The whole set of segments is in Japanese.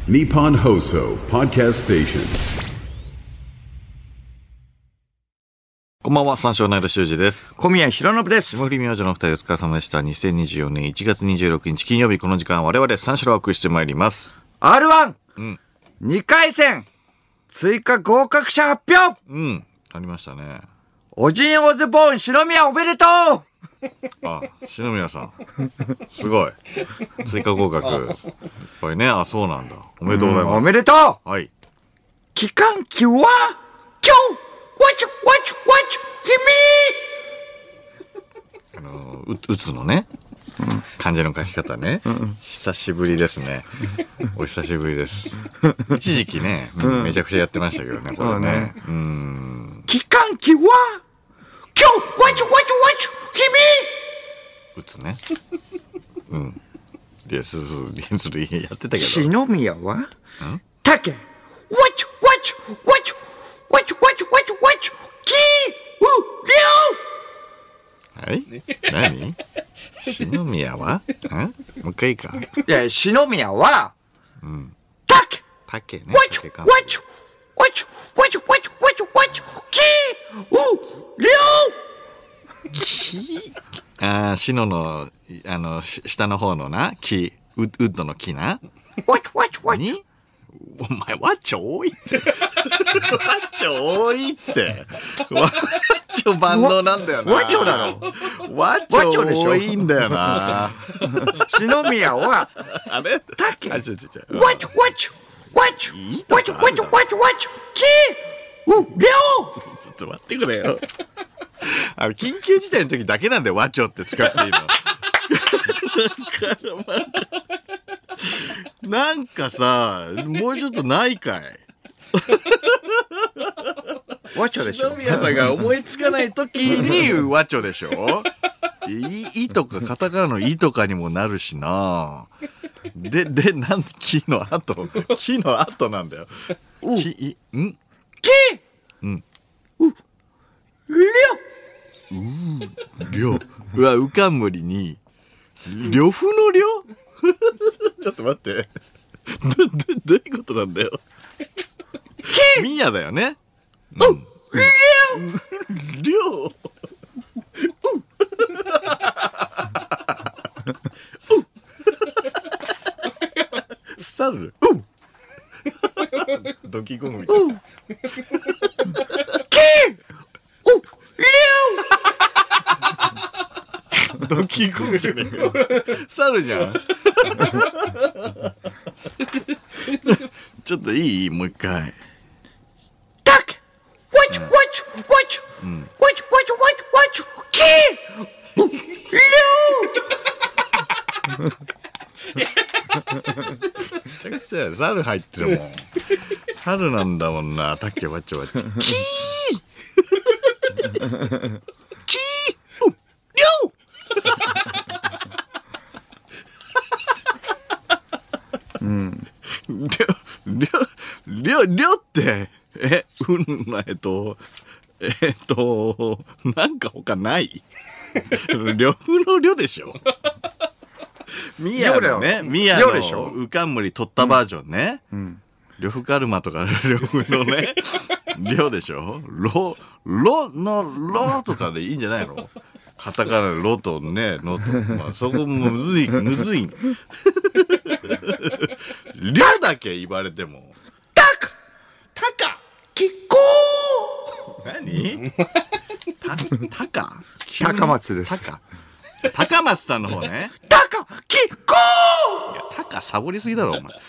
Nippon Hoso Podcast Station。 こんばんは、三照内田修司です。 小宮弘信です。 霜降り明星のお二人お疲れ様でした。2024年1月26日金曜日、この時間我々三四郎をお送りしてまいります。 R1、2回戦追加合格者発表。 ありましたね。 オジンオズボーン篠宮おめでとう。 あ、篠宮さんすごい追加合格やっぱりね。あ、そうなんだ。おめでとうございます。 おめでとう。 はい。 期間期は今日わち君うつのね、漢字の書き方ね、久しぶりですね。お久しぶりです。一時期ね、めちゃくちゃやってましたけどね、これね。 期間期は今日わちうつね。で、それやってたけど。 篠宮は竹はい。何？篠宮は？もう一回いいか。 いや、篠宮は竹竹ね。ああ、篠の下の方のな木、ウッドの木な。に？お前ワッチョ多いってワッチョ多いってワッチョ万能なんだよな。 ワッチョだろ。 ワッチョ多いんだよな。 篠宮はあれ竹いいとかあるだろ。ちょっと待ってくれよ。緊急事態の時だけなんだよ、ワッチョって使っていいの。なんかさ、もうちょっとないかい。 ワッチョでしょ。 篠宮さんが思いつかない時にワッチョでしょ。いとかカタカナのいとかにもなるしな。でなんで木の後なんだよ。りょうわ、うかんむりに呂布の呂。ちょっと待って。どういうことなんだよ。ミヤだよね。りょう。猿。ドキコングみたいな。ドキコングじゃねえか。猿じゃん。ちょっといい？もう一回。めちゃくちゃや。猿入ってるもん。猿なんだもんな。タッケワッチョワッチョ。キーキーりょう。りょってなんか他ない呂布の呂でしょ。ミヤのね、ミヤのうかんむり取ったバージョンね。呂布カルマとか呂布のね、呂でしょ。ロのロとかでいいんじゃないの。カタカナのロとね、のと、まあ、そこもむずいの。呂だけ言われても。タカ何？ 高松です。 高松さんの方ね。いや、高サボりすぎだろお前。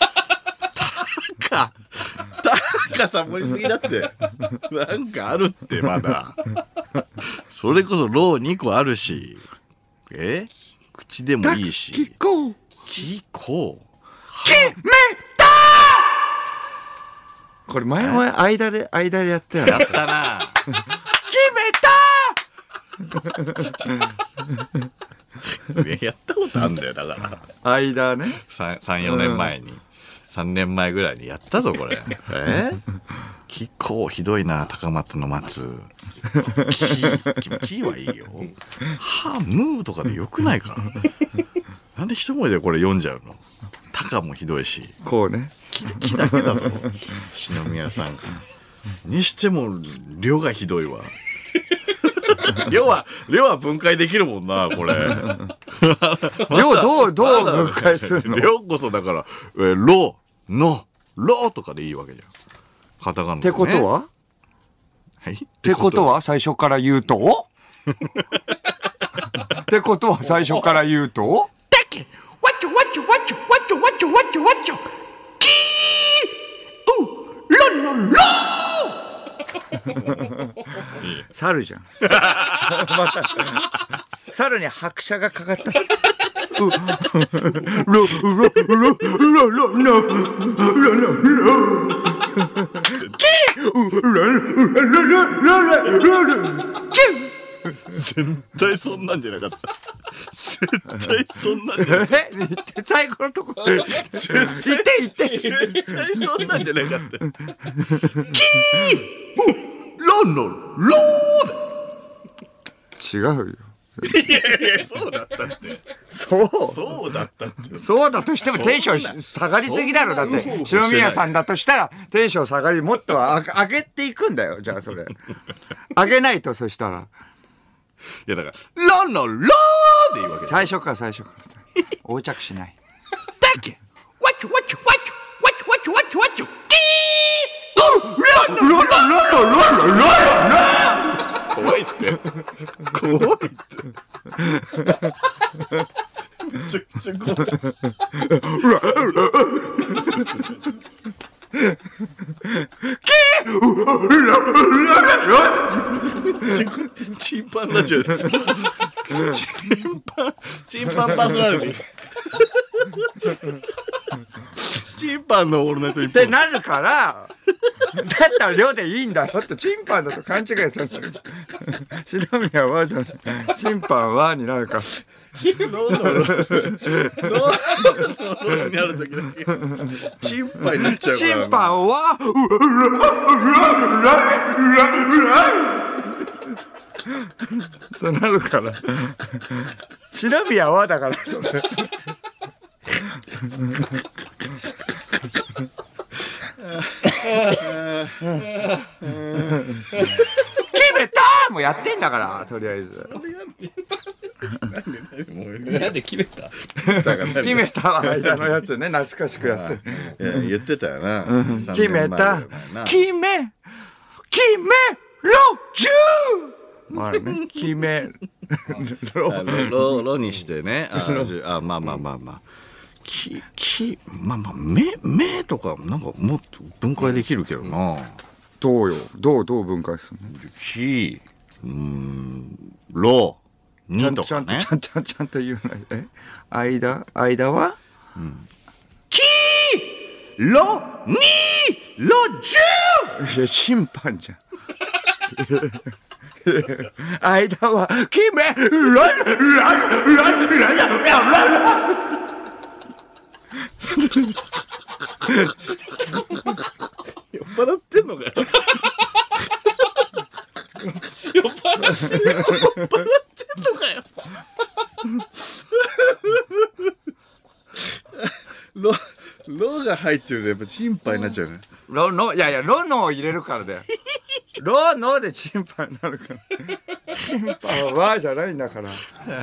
高サボりすぎだって。なんかあるってまだ。それこそロー2個あるし。口でもいいし。決めた。 これ前間でやったよ。 やったな。やったことあんだよ。だから間ね。 3、4年前に。3年前ぐらいにやったぞこれ。結構ひどいな。高松の松。キはいいよ。はムーとかでよくないか。なんで一文字でこれ読んじゃうの。高もひどいし。 こうね。 キレキだけだぞ篠宮さんがにしても量がひどいわ量は分解できるもんなこれ量どう分解するの？ 量こそだからロのロとかでいいわけじゃんカタカナでね。 ってことは？ はい。 ってことは最初から言うとってことは最初から言うとだけわちょわちょわちょわちょわちょわちょわちょキーロロロ猿じゃんまた猿に拍車がかかったロロロロロロキ絶対そんなんじゃなかった絶対そんなんじゃなかっ最後のとこ言ってた絶対そんなんじゃなかったキーロンロンロー違うよ。 いやそうだったってそうだったってそうだとしてもテンション下がりすぎだろ。だって篠宮さんだとしたらテンション下がりもっと上げていくんだよ。じゃあそれ上げないと。そしたらいやだからロンロンローって言うわけ最初から横着しないだけわちょわちょわちょわちょわちょわちょわちょキーロロロロロロロロ怖いって怖いってめちゃくちゃ怖いチンパンラジオチンパンパーソナリティチンパンのオールナイトニッポンってなるからだったら量でいいんだよってチンパンだと勘違いするんだよ篠宮はじゃないチンパンはになるからチンローになるときだけチンパンになっちゃうからチンパンはとなるから篠宮はだからそれ決めたもうやってんだからとりあえずなんで決めた？ 決めた間のやつね懐かしくやって言ってたよな決めた決めろ10まあね決めロにしてねまあ目とかなんかもっと分解できるけどなどうよどう分解するのロ2とかねちゃんと言うな間はキーロ2ロ10 いや審判じゃん間は決め酔っ払ってんのかよ酔っ払ってんのかよロが入ってるとやっぱチンパになっちゃうねロのを入れるからだよロのでチンパになるからチンパはじゃないんだから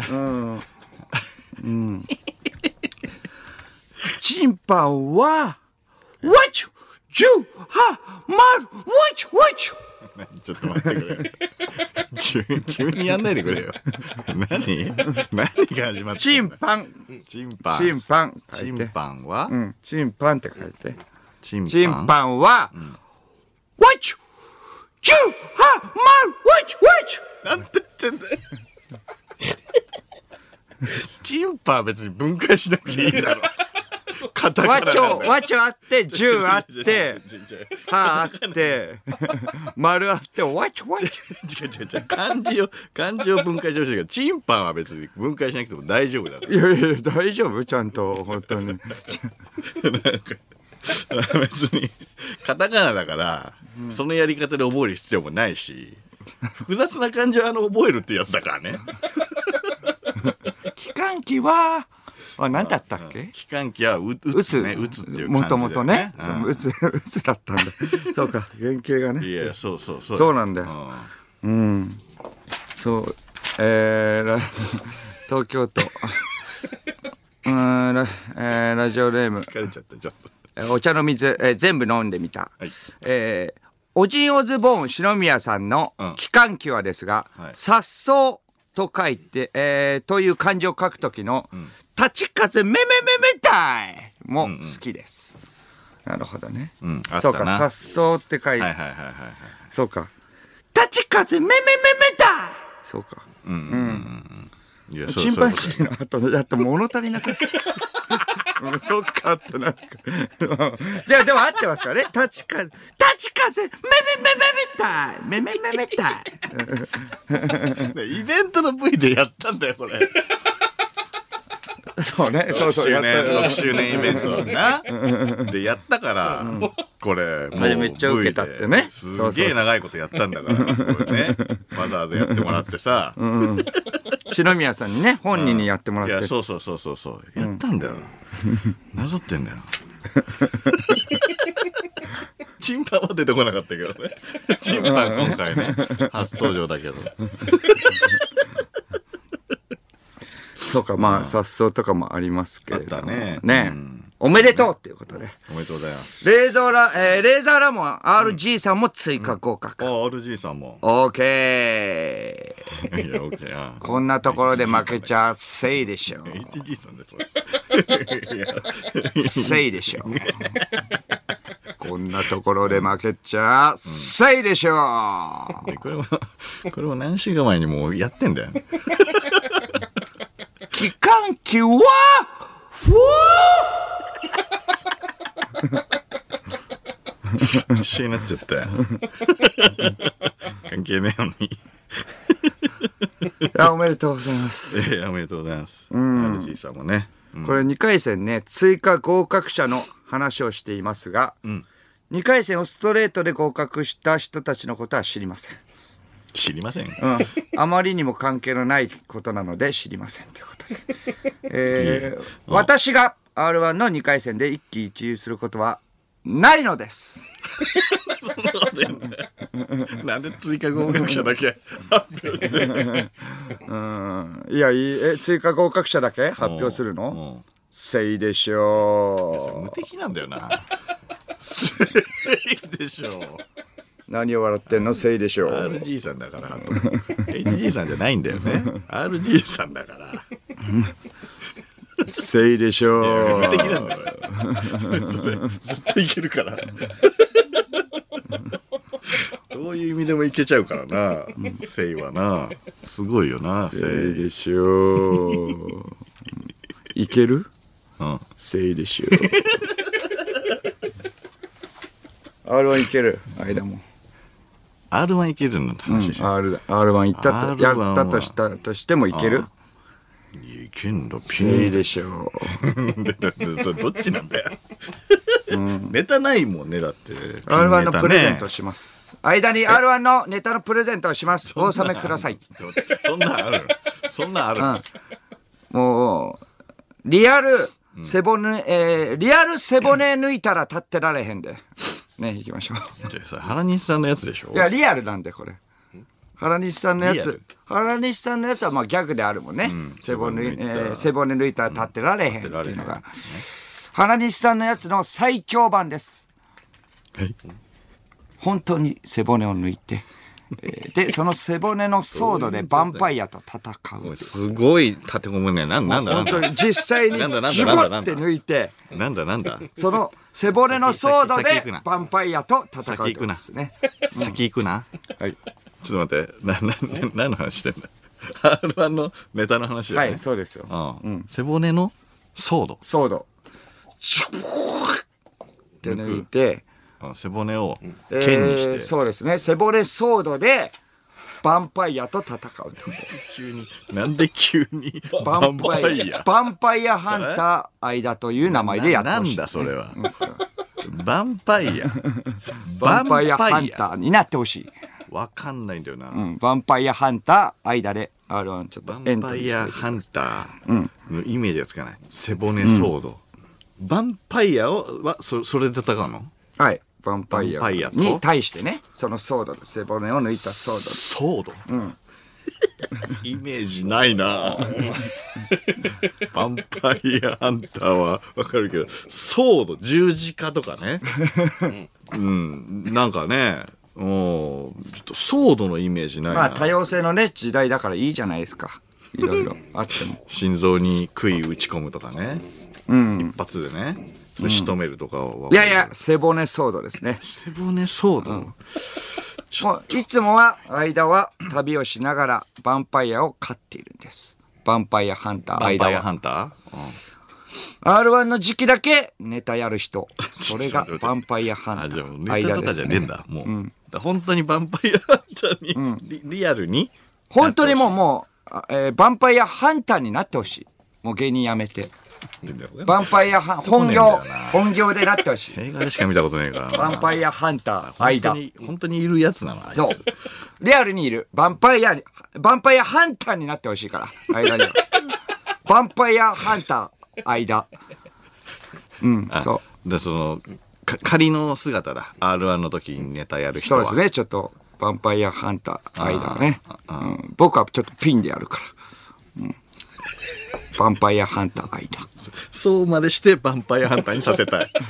チンパンはわちゅじゅはまるわちゅちょっと待ってくれ急にやんないでくれよ何が始まったチンパンチンパンはチンパンって書いてチンパンはわちゅじゅはまるわちゅなんて言ってんだよチンパンは別に分解しなくていいだろカタカナわちょあって10あってはあって丸あってわちょ違う漢字を分解してほしいけどチンパンは別に分解しなくても大丈夫だからいや大丈夫ちゃんと本当に別にカタカナだから、そのやり方で覚える必要もないし複雑な漢字は覚えるってやつだからね機関機は何だったっけ？ 期間期はうつね、うつっていう感じで、ね。 もともとね。うつだったんだ。そうか、原型がね。 いや、そう。 そうなんだよ。そう。東京都。ラジオネーム。 疲れちゃったちょっと。お茶の水、全部飲んでみた。 はい。 オジンオズボーン篠宮さんの期間期はですが、颯爽と書いて、という漢字を書くときの、立ち風めめめめたいも好きです。なるほどね。そうか、颯爽って書いて。そうか。立ち風めめめめたいそうか。チンパンジーの後、やっと物足りなかった。そっかってなんか。じゃあでも合ってますからね。立ち風、めめたいめめたい。 イベントの V でやったんだよ、これ。 そうね。そう。 6周年イベントな。で、やったから、これ、もう V で。 めっちゃ受けたってね。 すげえ長いことやったんだから、これね。わざわざやってもらってさ。 篠宮さんにね、本人にやってもらって。 いや、そう。やったんだよ。なぞってんだよ。チンパンは出てこなかったけどね。チンパン今回ね、初登場だけど。 そうか、まあ、颯爽とかもありますけれども。 ね。 おめでとうっていうことで。 おめでとうございます。 レーザーラモン RG さんも追加合格。 RG さんも。 OK。こんなところで負けちゃせいでしょ。 HG さんでそれ。 せいでしょ。こんなところで負けちゃせいでしょ。 これも何週間前にもうやってんだよ。 期間期は一緒になっちゃったよ。関係ねえのに。 いや、おめでとうございます。 おめでとうございます。RG さんもね。 これ2回戦ね、追加合格者の話をしていますが、2回戦をストレートで合格した人たちのことは知りません。 知りません。 あまりにも関係のないことなので知りませんということで。私が R1 の2回戦で一喜一憂することはないのです。 そんなこと言うんだよ。なんで追加合格者だけ発表していや、追加合格者だけ発表するのせいでしょう。 無敵なんだよな。せいでしょう。 何を笑ってんのせいでしょう。 RG さんだから。HG さんじゃないんだよね。RG さんだから。 せいでしょう。 無敵なんだよ。それずっといけるから。どういう意味でもいけちゃうからな。せいはな。すごいよな。 せいでしょう。いける？せいでしょう。R1 いける間も。 R1 いけるのって話でしょ。 R1 いったと、やったとしてもいける？ いけんだ、 せいでしょう。どっちなんだよ。ネタないもんね、だって。 R1 のプレゼントします。間に R1 のネタのプレゼントをします。お納めください。 そんなんある？ もう、リアル背骨抜いたら立ってられへんで。ね、行きましょう。 原西さんのやつでしょ？ いや、リアルなんで、これ。原西さんのやつはまあギャグであるもんね。背骨抜いたら立ってられへんっていうのが。原西さんのやつの最強版です。本当に背骨を抜いて。で、その背骨のソードでヴァンパイアと戦う。 すごい立て込むね。なんだ本当に実際にジュボって抜いて。 なんだその背骨のソードでヴァンパイアと戦うってですね。 先行くな。 はい。 ちょっと待って、何の話してんだ。R1 のネタの話だね。 はい、そうですよ。 背骨のソード。 シュッって抜いて、 背骨を剣にして。 そうですね。背骨ソードでヴァンパイアと戦うと。 なんで急にヴァンパイア。 ヴァンパイアハンター間という名前でやってほしい。 なんだそれは。ヴァンパイア。 ヴァンパイアハンターになってほしい。 わかんないんだよな。 ヴァンパイアハンター間で R1 ちょっとヴエントァンパイアリーしておいてハンターのイメージがつかない。背骨ソード。ヴァンパイアはそれで戦うの？ はい。ヴァンパイアヴァンパイアとに対してね、そのソード、背骨を抜いたソーソード？イメージないなヴァンパイアハンターはわかるけど、ソード、十字架とかね。なんかね、ちょっとソードのイメージないド。 な。 まあ多様性のね、時代だからいいじゃないですか。いろいろあっても。 心臓に杭打ち込むとかね。一発でね。それ仕留めるとかは。 いやいや、背骨ソードですね。 背骨ソード、 もういつもは間は旅をしながらヴァンパイアを飼っているんです。ヴァンパイアハンターヴァンパイア間は。 ハンター、 R1 の時期だけネタやる人。それがヴァンパイアハンタあ、じゃあもうーネタとか間ですね。 じゃねえんだ。もう。だから本当にヴァンパイアハンターに、リアルに本当にもう、ヴァンパイアハンターになってほしい。もう芸人やめて。ヴァンパイア本業でなってほしい。 映画でしか見たことねえからな。 ヴァンパイアハンター間。 本当にいるやつなのあいつ。 そう。リアルにいる。ヴァンパイアハンターになってほしいから。間には。ヴァンパイアハンター間。そう。 で、仮の姿だ。R1 の時にネタやる人は。 そうですね。ちょっと、ヴァンパイアハンター間ね。僕はちょっとピンでやるから。ヴァンパイアハンター間。 そうまでしてヴァンパイアハンターにさせたい。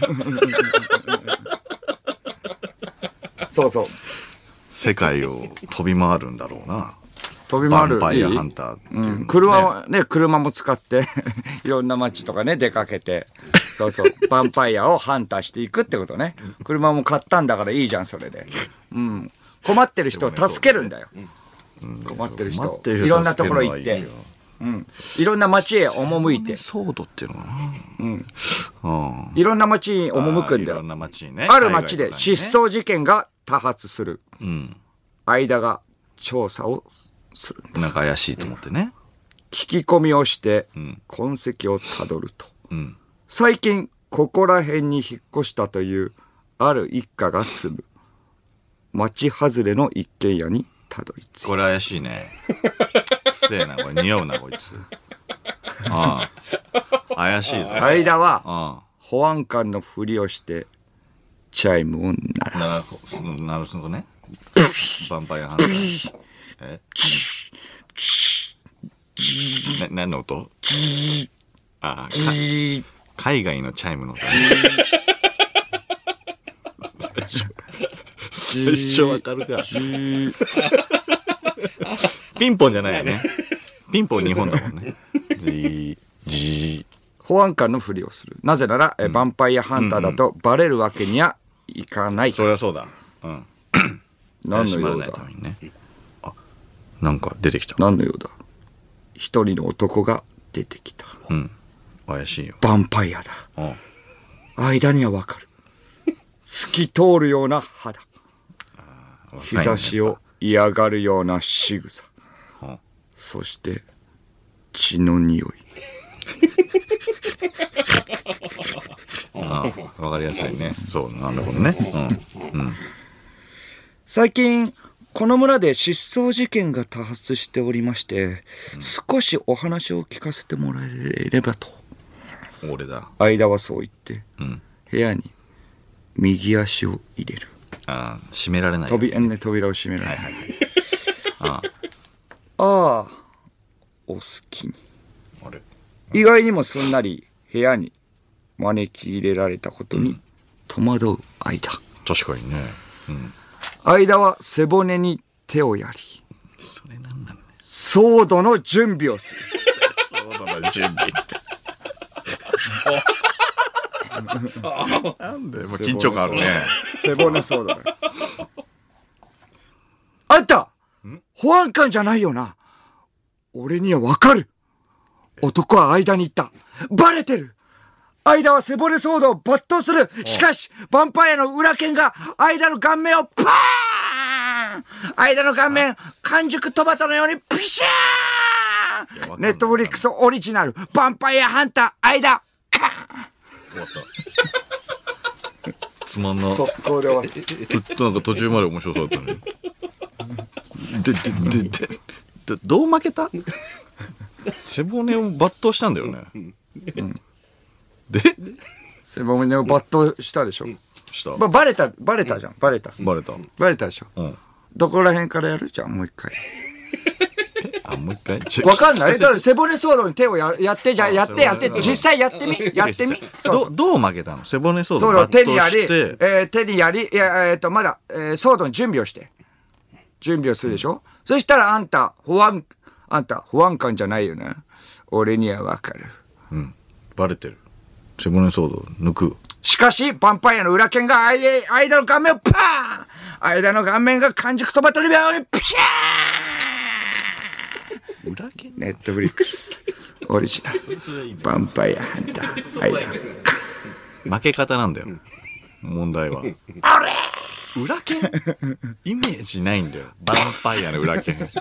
そうそう。 世界を飛び回るんだろうな。 飛び回る。 ヴァンパイアハンターっていうのね、 車も使っていろんな街とかね出かけて、そうそう、ヴァンパイアをハンターしていくってことね。車も買ったんだからいいじゃんそれで。困ってる人を助けるんだよ。困ってる人いろんなところ行って、いろんな街へ赴いて、 ソードっていうのかな。 いろんな街に赴くんだよ。 いろんな街にね。 ある街で失踪事件が多発する。間が調査をする。 なんか怪しいと思ってね。 聞き込みをして痕跡をたどると、最近ここら辺に引っ越したというある一家が住む町外れの一軒家にたどり着いた。 これ怪しいね。くせえな、これ似合うなこいつ。怪しいぞ。 間は保安官のふりをしてチャイムを鳴らす。 なるほどね。ヴァンパイアハンター。何の音？海外のチャイムの音。最初わかるか。ピンポンじゃないよね。ピンポン日本だもんね。 保安官のふりをする。なぜなら、ヴァンパイアハンターだとバレるわけにはいかない。 そりゃそうだ。 何の用だ。 なんか出てきた。 何の用だ。一人の男が出てきた。 怪しいよ。 ヴァンパイアだ。間にはわかる。透き通るような肌。日差しを嫌がるような仕草。そして血の匂い。 わかりやすいね。そうなんだこれね。 最近この村で失踪事件が多発しておりまして、少しお話を聞かせてもらえればと。 俺だ。 間はそう言って、部屋に右足を入れる。 閉められない。 扉を閉められない。お好きに。意外にもすんなり部屋に招き入れられたことに戸惑う間。 確かにね。 間は背骨に手をやり、 それなんだね。 ソードの準備をする。 ソードの準備って。なんでもう緊張感あるね。 背骨ソードだ。あんた保安官じゃないよな。俺にはわかる。男は間に行った。バレてる。間は背骨ソードを抜刀する。しかしヴァンパイアの裏剣が間の顔面をパーン。間の顔面完熟トマトのようにピシャーン。ネットフリックスオリジナルヴァンパイアハンター間カーン。 終わった。つまんな。 速攻で終わった。 なんか途中まで面白そうだったね。 どう負けた？背骨を抜刀したんだよね。で背骨を抜刀したでしょ。 した。 バレたじゃん。バレたでしょ。どこら辺からやる？じゃん、もう一回。 あ、もう一回。 わかんない。だから背骨騒動に手をやって、じゃあやって、実際やってみ。 どう負けたの？背骨騒動。 そう、手にやり、まだ、騒動の準備をして。準備をするでしょ。そしたらあんた、保安官じゃないよね。俺にはわかる。 バレてる。背骨騒動抜く。 しかし、ヴァンパイアの裏剣が間の顔面をパーン、間の顔面が完熟トマトリビアにピシャーン。 裏剣？ ネットフリックスオリジナルヴァンパイアハンター間負け方なんだよ。問題は。裏剣？イメージないんだよ。ヴァンパイアの裏剣。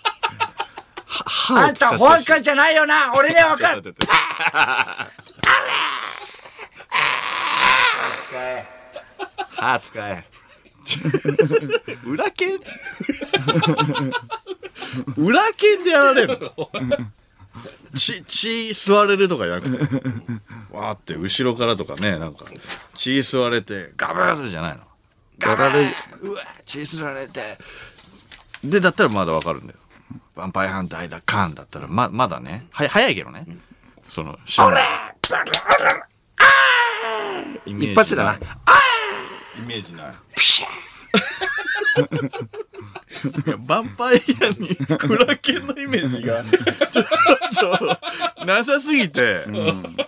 あんた保安官じゃないよな。俺にはわかる。 歯使え。裏剣？裏剣でやられるの？血吸われるとかじゃなくて、わーって後ろからとかね、なんか血吸われてガブーじゃないの？ガブー、うわ血吸われてでだったらまだわかるんだよ。ヴァンパイアハンターだカーンだったらまだね、早いけどね。その一発だな。 イメージない。プシャー。ヴァンパイアに裏剣のイメージがちょっとなさすぎて、ちょっ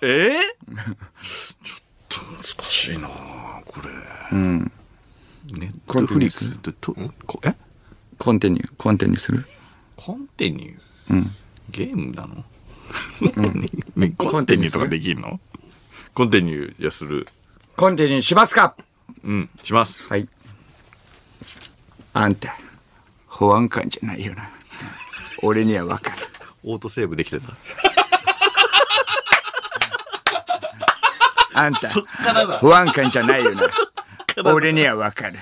と難しいなこれ。ネットフリックスってコンティニューする？ コンティニュー？ゲームなの？コンティニューとかできるの？コンティニューする。 コンティニューしますか？ します。 はい。あんた、保安官じゃないよな。俺にはわかる。 オートセーブできてた。 あんた、保安官じゃないよな。俺にはわかる。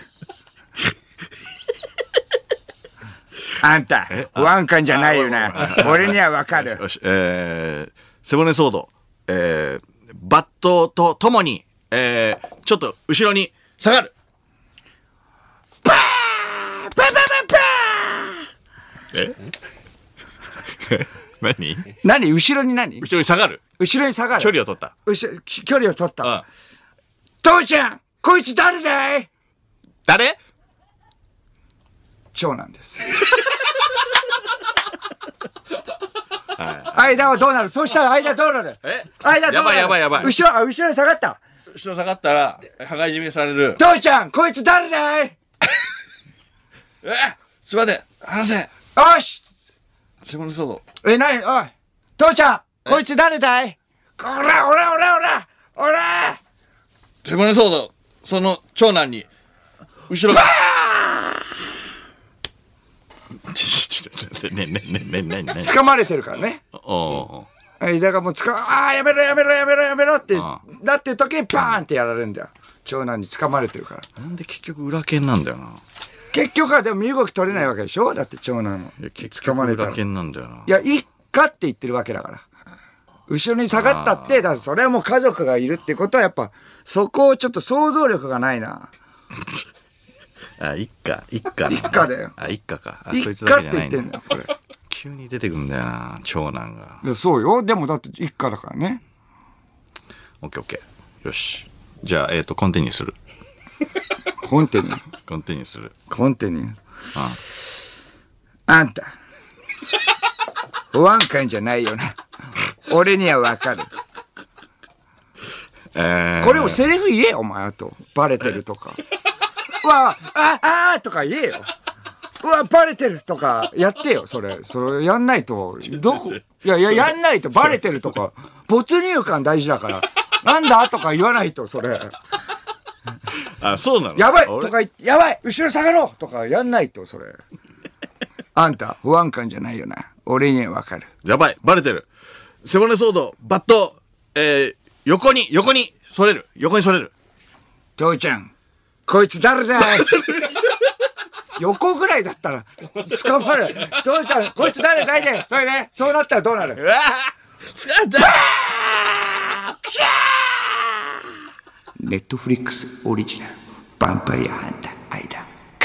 あんた、保安官じゃないよな。俺にはわかる。 よし、背骨騒動、バットとともに、ちょっと後ろに下がる。 パーパーパーパー何後ろに後ろに下がる。 後ろに下がる。 距離を取った。 距離を取った。父ちゃん、こいつ誰だい？ 誰？ 長男です。間はどうなる？そうしたら間どうなる？間どうなる？ やばい。 後ろに下がった。 後ろ下がったら、羽交い締めされる。 父ちゃん、こいつ誰だい？ ちょっと待って、話せ。 よし！ 背骨騒動。 おい、父ちゃん、こいつ誰だい？おら背骨騒動、その長男に、後ろが。 掴まれてるからね。だからもうやめろってだっていう時にバーンってやられるんだよ。長男に掴まれてるから。 なんで結局裏剣なんだよな。 結局はでも身動き取れないわけでしょ。だって長男の掴まれたら裏剣なんだよな。 いや、一家って言ってるわけだから。後ろに下がったって、だからそれはもう家族がいるってことはやっぱそこをちょっと想像力がないな。 一家だよ。 一家か。 一家って言ってんだよこれ。 急に出てくるんだよな、長男が。 そうよ。でもだって一家だからね。 オッケー。よし。じゃあ、コンティニューする。 コンティニューする。 あんた。保安官じゃないよな。俺にはわかる。これをセリフ言えよ、お前。あと、バレてるとか。とか言えよ。バレてるとかやってよ、それやんないと、やんないとバレてるとか、没入感大事だから、なんだとか言わないと、それ。 そうなの？ やばいとか言って、やばい後ろ下がろうとかやんないと、それ。あんた、保安官じゃないよな。俺にはわかる。 やばい、バレてる。背骨騒動、バット、横にそれる。 父ちゃん、 こいつ誰だ横ぐらいだったら捕まる。父ちゃんこいつ誰だいね。それね、そうなったらどうなる。 うわ使ったネットフリックスオリジナルヴァンパイアハンター間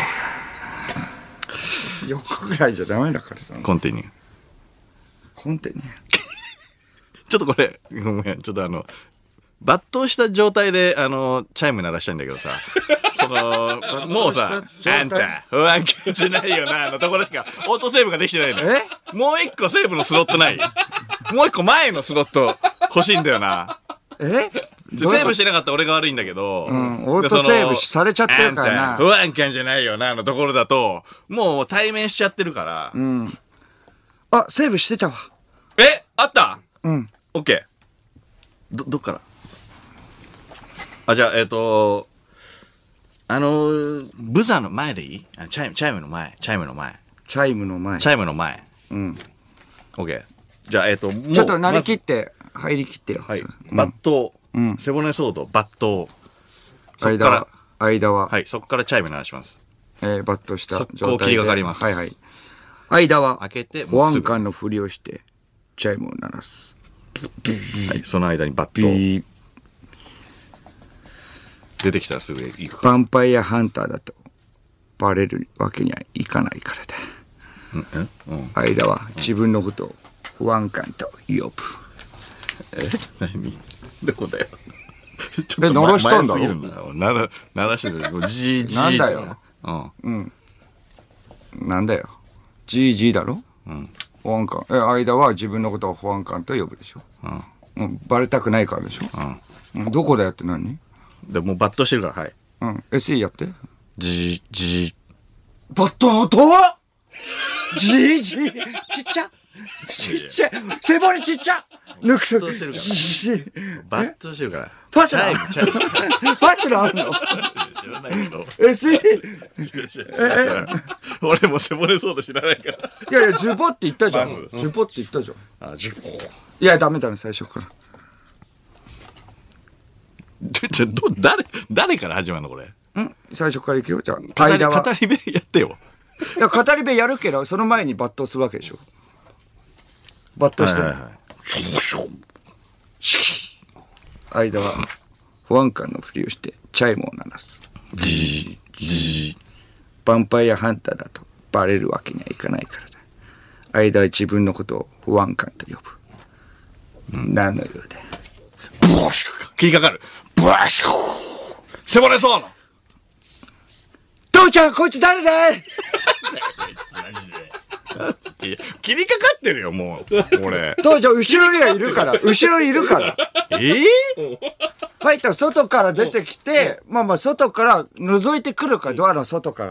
横ぐらいじゃダメだからさ。 コンティニュー。 コンテニュー。 ちょっとこれごめん、ちょっと抜刀した状態でチャイム鳴らしたいんだけどさもうさあんた不安感じゃないよなのところしかオートセーブができてないの。もう一個セーブのスロットない？もう一個前のスロット欲しいんだよな。セーブしてなかった俺が悪いんだけど、 オートセーブされちゃってるからな。 不安感じゃないよなのところだともう対面しちゃってるから、 あ、セーブしてたわ。 あったオッケー。どっからじゃあブザーの前でいい？チャイムの前。オッケー。じゃあもうちょっとなりきって入りきってよ。 はい。抜刀。背骨ソード抜刀。そっから間ははい、そっからチャイム鳴らします。 抜刀した速攻切りかかります。 はいはい。間は開けて保安官のふりをしてチャイムを鳴らす。 はい、その間に抜刀。出てきたらすぐ行くか。 ヴァンパイアハンターだとバレるわけにはいかないからだ。間は自分のことを保安官と呼ぶ。 何どこだよ。 鳴らしたんだろ。 鳴らしてる。じなんだよ。なんだよ。GG だろ。保安官。間は自分のことを保安官と呼ぶでしょ。バレたくないからでしょ。どこだよって何？ でもうバットしてるから、はい。 SE やって。 バットの音ちっちゃ背骨ちっちゃ抜くバットしてるから。バットしてるから。 ファスナーファスナーあんの知らないけど。 SE 俺も背骨ソード知らないから。 いやジュポって言ったじゃん。ジュポって言ったじゃん。 ジュポ。 いやダメ最初から。 誰から始まるのこれ？ 最初から行くよ。じゃあ間は語り部やってよ。 いや語り部やるけどその前に抜刀するわけでしょ。抜刀して間は保安官のふりをしてチャイムを鳴らす。ヴァンパイアハンターだとバレるわけにはいかないからだ。間は自分のことを保安官と呼ぶ。何のようだ。 切りかかる。背骨そうの父ちゃんこいつ誰だい切りかかってるよもう俺。 父ちゃん後ろにはいるから後ろにいるから。ファイター外から出てきて外から覗いてくるからドアの外から。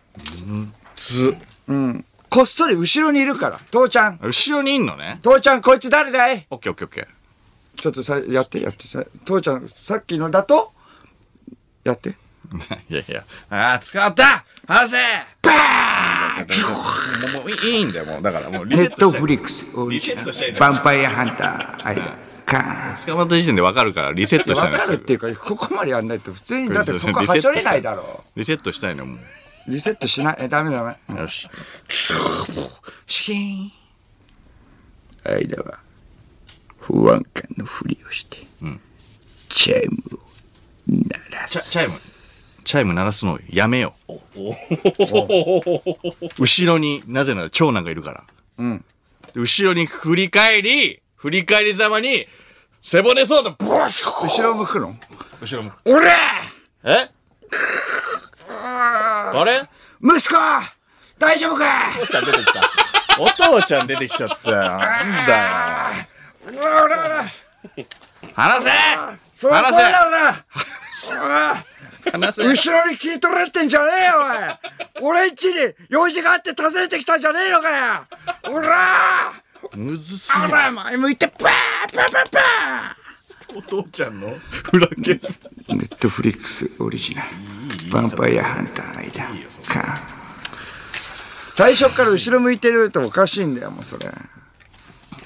こっそり後ろにいるから父ちゃん。 後ろにいんのね。 父ちゃんこいつ誰だい。 オッケー。 ちょっとやってさ父ちゃんさっきのだとやって。 いや使った離せバーンもういいんだよもうだからもうリセットしたい。 ネットフリックスリセットしたい。 ヴァンパイアハンターカ捕まった時点で分かるからリセットしたいの。 分かるっていうかここまでやんないと普通にだってそこはしょれないだろう。リセットしたいのもう。 リセットしない。ダメ。 よしシキーン。 間は保安官のふりをして、チャイムを鳴らす。 チャイム鳴らすのやめよう。後ろになぜなら長男がいるから。後ろに振り返りざまに背骨ソードボシュ。 後ろ向くの？ 後ろ向く。 おら！ あれ？ 息子大丈夫か？ お父ちゃん出てきた。お父ちゃん出てきちゃったよ。なんだよ。離せ！ 後ろに聞い取られてんじゃねえよおい。俺ん家に用事があって訪ねてきたんじゃねえのかよ。おらむずすぎる。 前向いてパーお父ちゃんのフラケ。 ネットフリックスオリジナルヴァンパイアハンター間か。最初から後ろ向いてるとおかしいんだよもうそれ。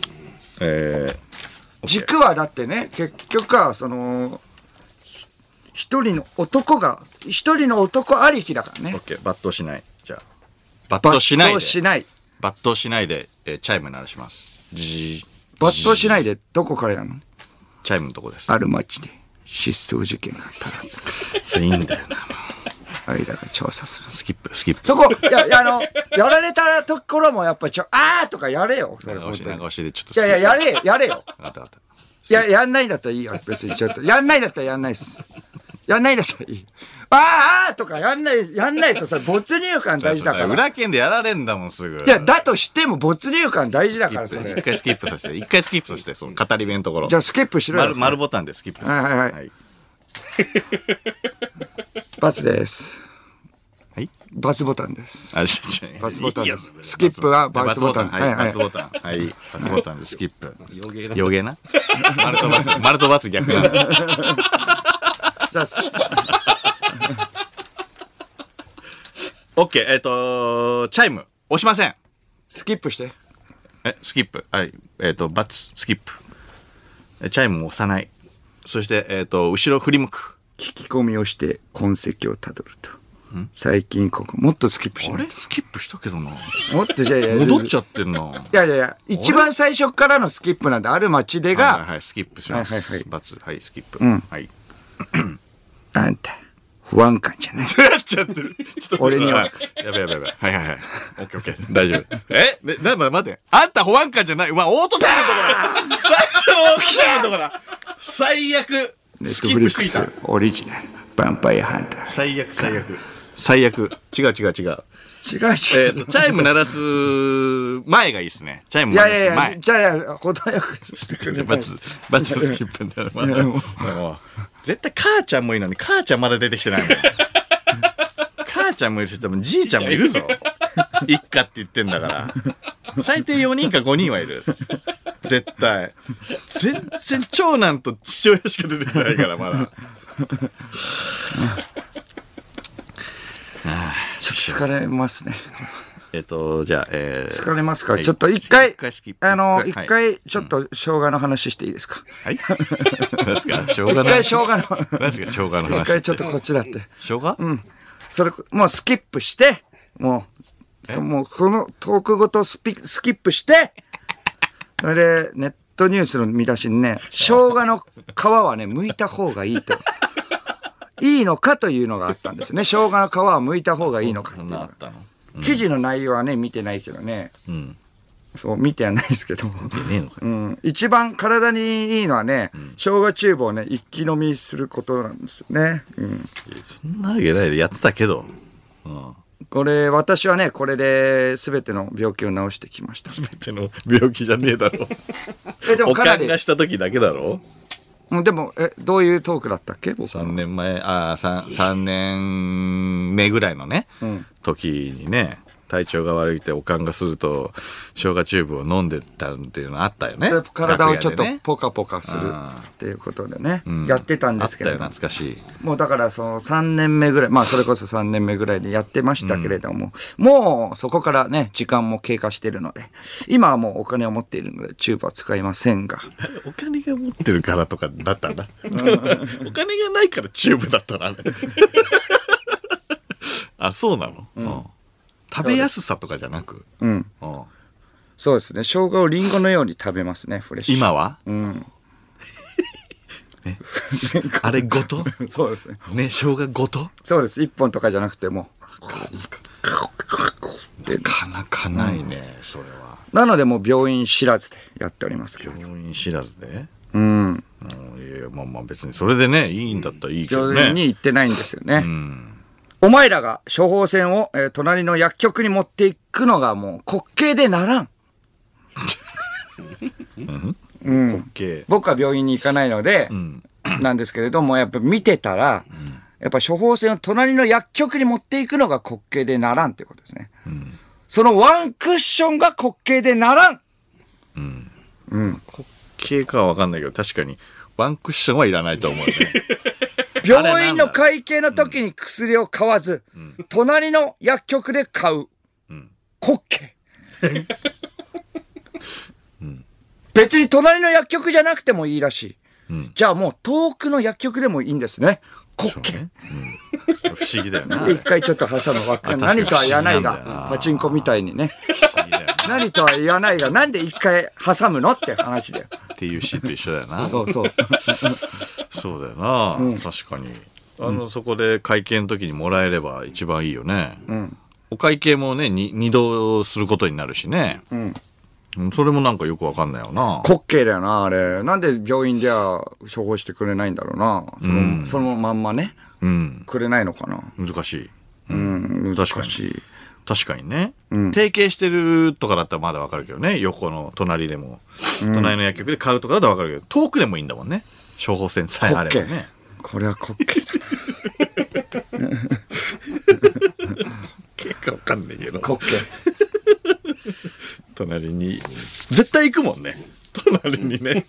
軸はだってね結局はその一人の男ありきだからね。 オッケー、抜刀しない。じゃあ。抜刀しないで。 抜刀しない。 抜刀しないで、チャイム鳴らします。 抜刀しないで、どこからやるの？ チャイムのとこです。 ある町で失踪事件が多発。 それいいんだよな。 間が調査する。 スキップ。 そこ、やられたところもやっぱあーとかやれよ。それ長押しでちょっと。 やれよ。 あった。 やんないんだったらいいよ。別にちょっと。やんないんだったらやんないっす。やんないんだったらいい。あーとかやんないとさ、没入感大事だから。 裏剣でやられんだもん、すぐ。 いや、だとしても没入感大事だから、それ。 一回スキップさせて、その語り部のところ。 じゃあスキップしろよ。 丸ボタンでスキップさせて。 はい。×です。 はい。 ×ボタンです。 × ボタンです。スキップは×ボタン。 はい、×ボタン。はい、×ボタンでスキップ。余計な。丸と×逆な。 じゃあ、 オッケー、チャイム、押しません。 スキップして。 スキップ。はい。×、スキップ。チャイムを押さない。そして、後ろ振り向く。 聞き込みをして痕跡をたどると。最近もっとスキップしないと。 スキップしたけどな。 もっとじゃあ戻っちゃってんな。 いや、一番最初からのスキップなんで、ある町でが。 はい、スキップします。×、はい、スキップ。はい。 あんた、不安感じゃない。 なっちゃってる。 俺には。 やべ。はい。オッケー。大丈夫。待って。あんた保安官じゃない。オートセールのところ。最初のオートセールのところ。最悪。 ネットフリックスオリジナル。ヴァンパイアハンター。 最悪。違う。 違う。 チャイム鳴らす前がいいですね。チャイム鳴らす前。 じゃあ、程よくしてくれ。 バツのスキップになる。絶対母ちゃんもいいのに、母ちゃんまだ出てきてないもん。母ちゃんもいるし、多分じいちゃんもいるぞ。一家って言ってんだから。最低4人か5人はいる。絶対。全然長男と父親しか出てきてないから、まだ。 ちょっと疲れますね。 じゃあ、 疲れますから、ちょっと一回ちょっと生姜の話していいですか？ はい。何ですか？生姜の話。何ですか？生姜の話。 一回ちょっとこっちだって。 生姜？ それ、もうスキップして、もうこのトークごとスキップして、それで、ネットニュースの見出しにね、生姜の皮はね、剥いた方がいいと。いいのかというのがあったんですね。生姜の皮は剥いた方がいいのかっていうのが。記事の内容はね、見てないけどね。そう、見てはないですけど。一番体にいいのはね、生姜チューブをね、一気飲みすることなんですよね。 そんなわけないでやってたけど。 これ、私はね、これで全ての病気を治してきました。 全ての病気じゃねえだろ。 でもおかんがした時だけだろ。 でも、どういうトークだったっけ ？3年前、3年目ぐらいのね、時にね、体調が悪いっておかんがすると、生姜チューブを飲んでたっていうのあったよね。 体をちょっとポカポカするっていうことでね、やってたんですけれども。 あったよ、懐かしい。 もうだからその3年目ぐらい、まあそれこそ3年目ぐらいでやってましたけれども、もうそこからね、時間も経過しているので、今はもうお金を持っているので、チューブは使いませんが。 お金が持ってるからとかだったんだ。お金がないからチューブだったな。あ、そうなの？食べやすさとかじゃなく。 そうですね。生姜をリンゴのように食べますね、フレッシュ。 今は？あれごと？ そうですね。 ね、生姜ごと？ そうです。1本とかじゃなくても。 なかなかないね、それは。 なのでもう病院知らずでやっておりますけど。 病院知らずで？いや、まあ別にそれでね、いいんだったらいいけどね。 病院に行ってないんですよね。お前らが処方箋を、隣の薬局に持っていくのがもう滑稽でならん。 滑稽。 僕は病院に行かないので、なんですけれども、やっぱ見てたら、やっぱ処方箋を隣の薬局に持っていくのが滑稽でならんっていうことですね。そのワンクッションが滑稽でならん。 滑稽かはわかんないけど、確かにワンクッションはいらないと思うね。 病院の会計の時に薬を買わず、隣の薬局で買う。滑稽。別に隣の薬局じゃなくてもいいらしい。じゃあもう遠くの薬局でもいいんですね。 コッケ。 不思議だよな。 一回ちょっと挟むわけ。何とは言わないが、パチンコみたいにね。何とは言わないが、なんで一回挟むのって話だよ。 TUC と一緒だよな。 そうそう。 そうだよな。確かに。そこで会計の時にもらえれば一番いいよね。お会計もね、二度することになるしね。それもなんかよくわかんないよな。 滑稽だよな、あれ。なんで病院では処方してくれないんだろうな。そのまんまね。くれないのかな。 難しい。 難しい。 確かにね。提携してるとかだったらまだわかるけどね。横の隣でも。隣の薬局で買うとかだったらわかるけど、遠くでもいいんだもんね。処方箋さえあればね。 これは滑稽だな。 結構わかんないけど。 滑稽。 隣に。絶対行くもんね。隣にね。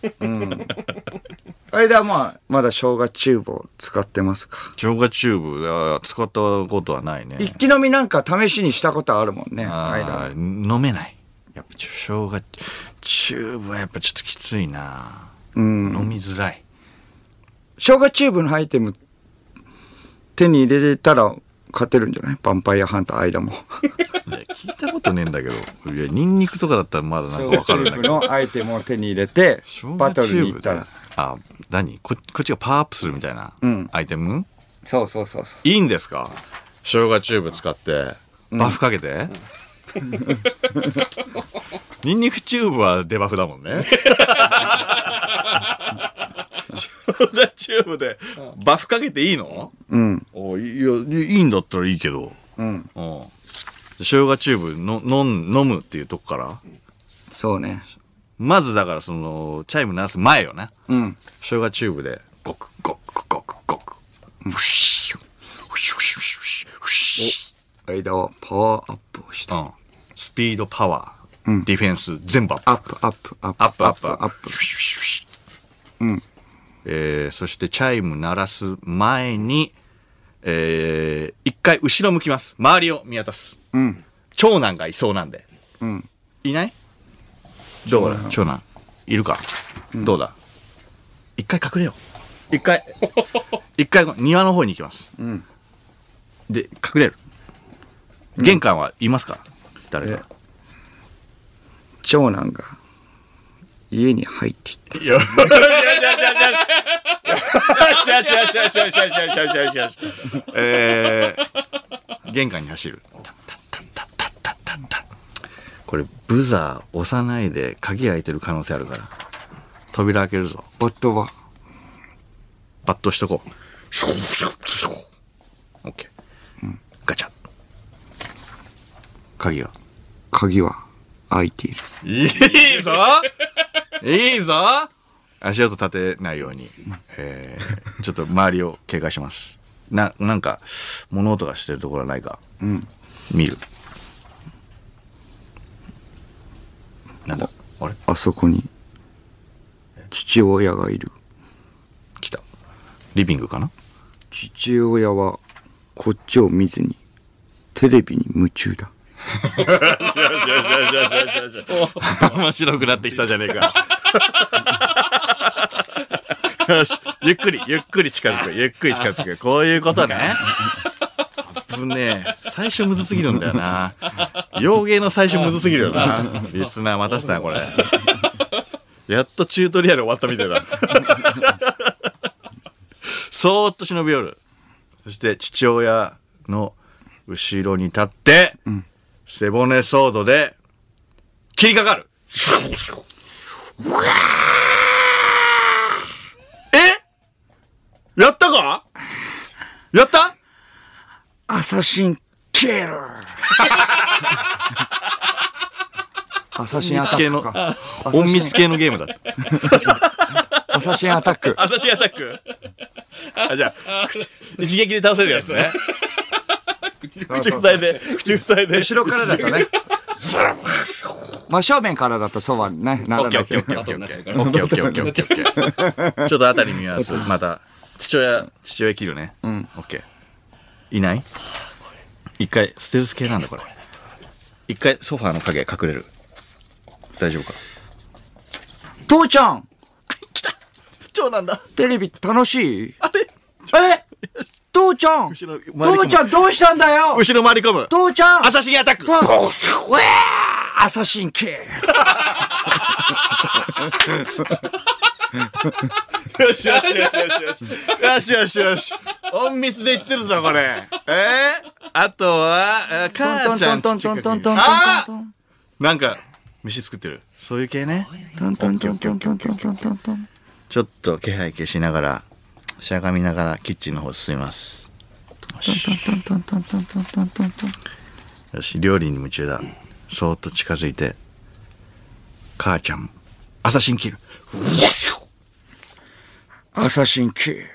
間はまだ生姜チューブを使ってますか？ 生姜チューブ使ったことはないね。 一気飲みなんか試しにしたことあるもんね。 飲めない。やっぱ生姜チューブはやっぱちょっときついな。飲みづらい。 生姜チューブのアイテム手に入れれたら勝てるんじゃない？ヴァンパイアハンター間も。 聞いたことねえんだけど。いや、ニンニクとかだったらまだなんかわかるんだけど。 生姜チューブのアイテムを手に入れて、バトルに行ったら。 こっちがパワーアップするみたいなアイテム？ そうそうそうそう。 いいんですか？生姜チューブ使ってバフかけて、ニンニクチューブはデバフだもんね。生姜チューブでバフかけていいの？いいんだったらいいけど。生姜チューブ飲むっていうとこから。 そうね。 まずだからチャイム鳴らす前よね。生姜チューブでゴクゴクゴクゴク。フシュフシュフシュフシュフシュ。 間はパワーアップをした。 スピード、パワー、ディフェンス全部アップ。 アップ。 そしてチャイム鳴らす前に、一回後ろ向きます。周りを見渡す。長男がいそうなんで。いない？どうだ？長男。いるか？どうだ？一回隠れよう。一回庭の方に行きます。で、隠れる。玄関はいますか？誰か。 長男が家に入っていった。 いや、玄関に走る。これブザー押さないで鍵開いてる可能性あるから扉開けるぞ。 バットはバットしとこう。オッケー。ガチャ。鍵は開いている。いいぞいいぞ。足音立てないように、ちょっと周りを警戒します。なんか物音がしてるところはないか、見る。なんだあれ？ あそこに父親がいる。 来た。リビングかな？ 父親はこっちを見ずにテレビに夢中だ。 面白くなってきたじゃねえか。よし、ゆっくり近づく。こういうことね。危ねえ。最初むずすぎるんだよな。洋芸の最初むずすぎるよな。リスナー待たせたな、これ。やっとチュートリアル終わったみたいだ。そーっと忍び寄る。そして父親の後ろに立って、背骨ソードで切りかかる。やったか？やった？ アサシンキル。アサシンアタックか。 隠密系のゲームだった。 アサシンアタック。 アサシンアタック。じゃあ一撃で倒せるやつね。口塞いで後ろからだとね。真正面からだとそうはねならないけど。 オッケー。ちょっとあたり見ます。また父親切るね。オッケー。いない？一回ステルス系なんだこれ。一回ソファーの影隠れる。大丈夫か？ 父ちゃん来た。長男だ。 テレビ楽しい？ あれ？ 父ちゃん後ろ回り込む父ちゃんどうしたんだよ後ろ回り込む。 父ちゃんアサシンアタック。 うわアサシンキーよしよしよしよしよしよし。隠密で言ってるぞこれ。あとは母ちゃんち近くに。あーなんか飯作ってる。そういう系ね。ちょっと気配消しながらしゃがみながらキッチンの方進みます。よし料理に夢中だ。そーっと近づいて母ちゃんアサシンキル。 アサシンキー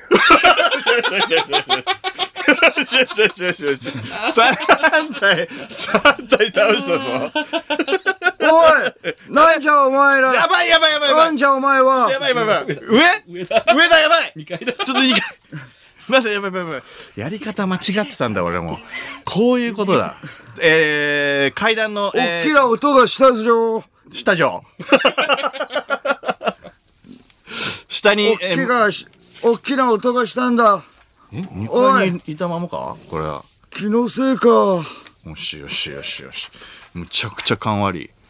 3体倒したぞ。 おいなんじゃお前らやばいなんじゃお前はやばい上だやばい2階だちょっと2階なんでやばいやり方間違ってたんだ俺も。こういうことだ。階段の大きな音がしたぞ下上下に大きな音がしたんだ。 2階にいたままかこれは。 気のせいか。 よしむちゃくちゃ感悪い。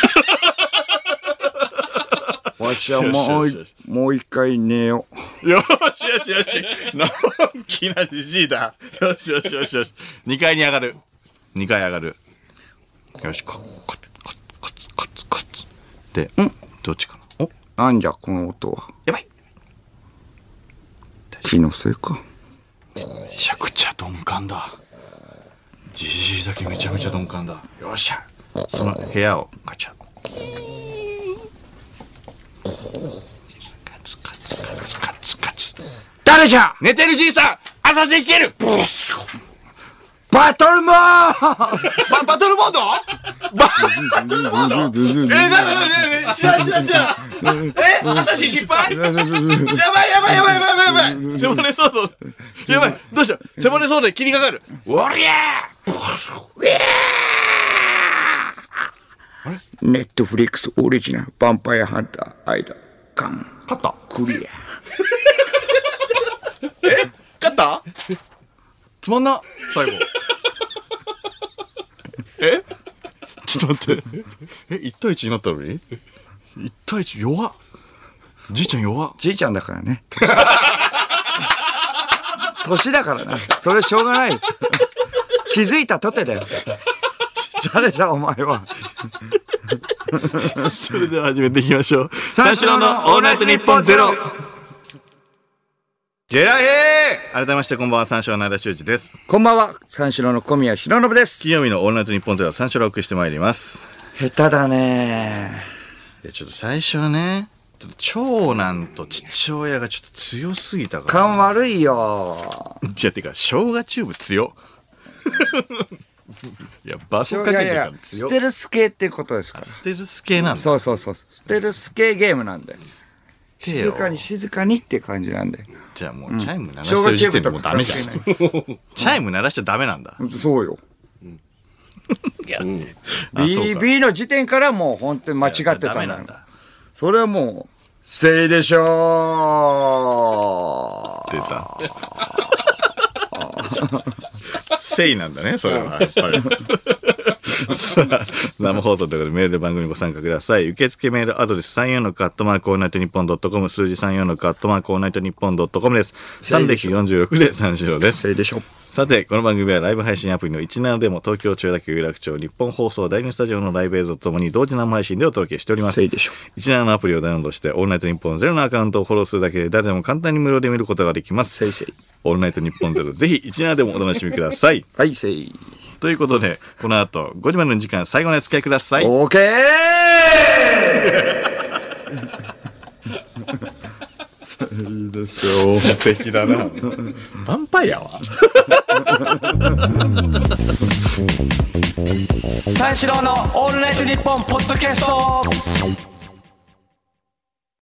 わしはもう一回寝よう。 よしのんきなじじいだ。よし2階に上がる。よしコツでどっちかな。 なんじゃこの音は。 やばい気のせいか。 めちゃくちゃ鈍感だ。じじいだけめちゃめちゃ鈍感だ。よっしゃその部屋をガチャ。カツ誰じゃ寝てるじいさんアサシンキル。 バトルモーバトルモード知らんアサシン失敗。やばい背骨ソードやばいどうした背骨ソードで切りかかる。おりゃネットフリックスオリジナルヴァンパイアハンター間完勝ったクリア。 勝ったつまんな最後ちょっと待って1対1になったのに1対1弱っ。じいちゃん弱っ。 じいちゃんだからね年だからな。それしょうがない気づいたとてだよ誰だお前はそれでは始めていきましょう。三四郎のオールナイトニッポンゼロ。ゲラヘー。改めましてこんばんは、三四郎の間修二です。 こんばんは、三四郎の小宮浩信です。 金曜日のオールナイトニッポンゼロは三四郎をお送りしてまいります。 下手だね。 ちょっと最初はね、ちょっと長男と父親がちょっと強すぎたから、 勘悪いよ。 いやてか生姜チューブ強いやバカかけてから強ステルス系ってことですから。 ステルス系なんだ。 そうステルス系ゲームなんで静かにって感じなんで。 じゃあもうチャイム鳴らしてる時点でもうダメじゃん。チャイム鳴らしちゃダメなんだ。 そうよ。BB の時点からもう本当に間違ってたんだ。それはもうせいでしょう。 出た。せいなんだねそれはやっぱり。さあ生放送ということでメールで番組にご参加ください。受付メールアドレス34のカットマークオールナイトニッポンドットコム、数字34のカットマークオールナイトニッポンドットコムです。346で三四郎です。 せいでしょ。 さてこの番組はライブ配信アプリの17でも東京千代田区有楽町日本放送第2スタジオのライブ映像とともに同時生配信でお届けしております。 せいでしょ。 17のアプリをダウンロードしてオールナイトニッポンゼロのアカウントをフォローするだけで誰でも簡単に無料で見ることができます。 せいせい。 オールナイトニッポンゼロぜひ17でもお楽しみください。 はいせい。 ということでこの後5時までの時間最後までお付き合いください。 オーケー。 いいでしょう。素敵だな。ヴァンパイアは三四郎のオールナイトニッポンポッドキャスト。